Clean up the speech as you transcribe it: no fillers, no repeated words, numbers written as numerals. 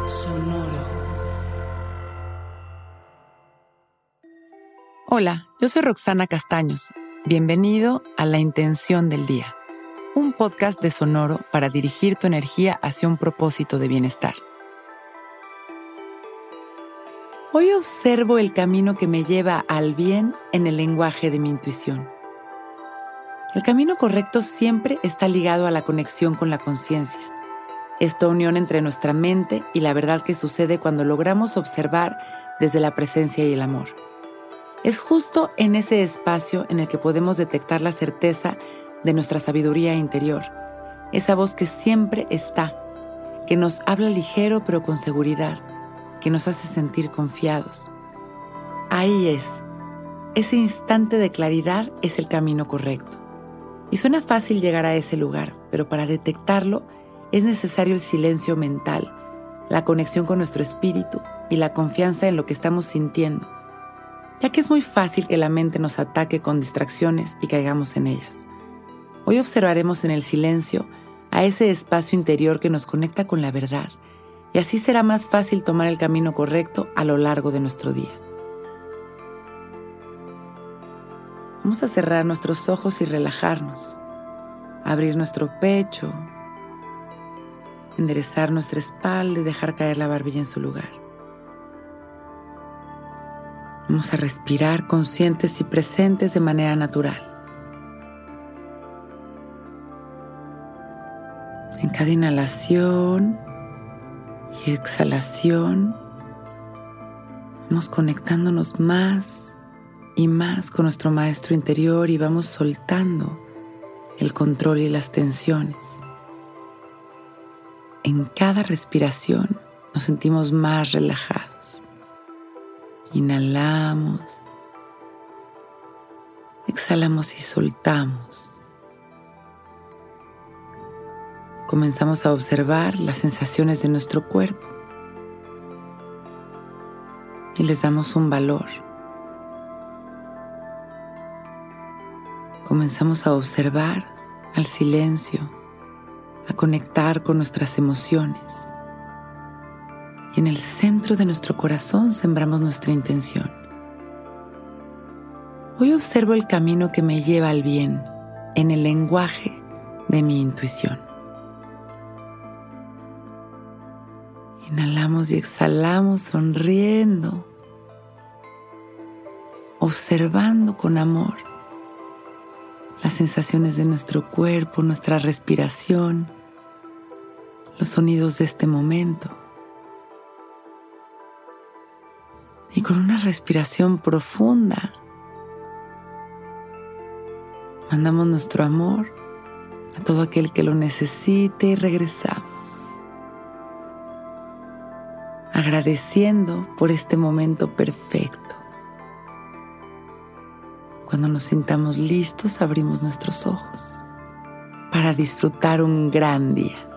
Sonoro. Hola, yo soy Roxana Castaños. Bienvenido a La Intención del Día, un podcast de Sonoro para dirigir tu energía hacia un propósito de bienestar. Hoy observo el camino que me lleva al bien en el lenguaje de mi intuición. El camino correcto siempre está ligado a la conexión con la conciencia. Esta unión entre nuestra mente y la verdad que sucede cuando logramos observar desde la presencia y el amor. Es justo en ese espacio en el que podemos detectar la certeza de nuestra sabiduría interior, esa voz que siempre está, que nos habla ligero pero con seguridad, que nos hace sentir confiados. Ahí es. Ese instante de claridad es el camino correcto. Y suena fácil llegar a ese lugar, pero para detectarlo es necesario el silencio mental, la conexión con nuestro espíritu y la confianza en lo que estamos sintiendo, ya que es muy fácil que la mente nos ataque con distracciones y caigamos en ellas. Hoy observaremos en el silencio a ese espacio interior que nos conecta con la verdad, y así será más fácil tomar el camino correcto a lo largo de nuestro día. Vamos a cerrar nuestros ojos y relajarnos, abrir nuestro pecho, enderezar nuestra espalda y dejar caer la barbilla en su lugar. Vamos a respirar conscientes y presentes de manera natural. En cada inhalación y exhalación, vamos conectándonos más y más con nuestro maestro interior y vamos soltando el control y las tensiones. En cada respiración nos sentimos más relajados. Inhalamos, exhalamos y soltamos. Comenzamos a observar las sensaciones de nuestro cuerpo y les damos un valor. Comenzamos a observar al silencio, a conectar con nuestras emociones. Y en el centro de nuestro corazón sembramos nuestra intención. Hoy observo el camino que me lleva al bien en el lenguaje de mi intuición. Inhalamos y exhalamos sonriendo, observando con amor las sensaciones de nuestro cuerpo, nuestra respiración, los sonidos de este momento. Y con una respiración profunda, mandamos nuestro amor a todo aquel que lo necesite y regresamos, agradeciendo por este momento perfecto. Cuando nos sintamos listos, abrimos nuestros ojos para disfrutar un gran día.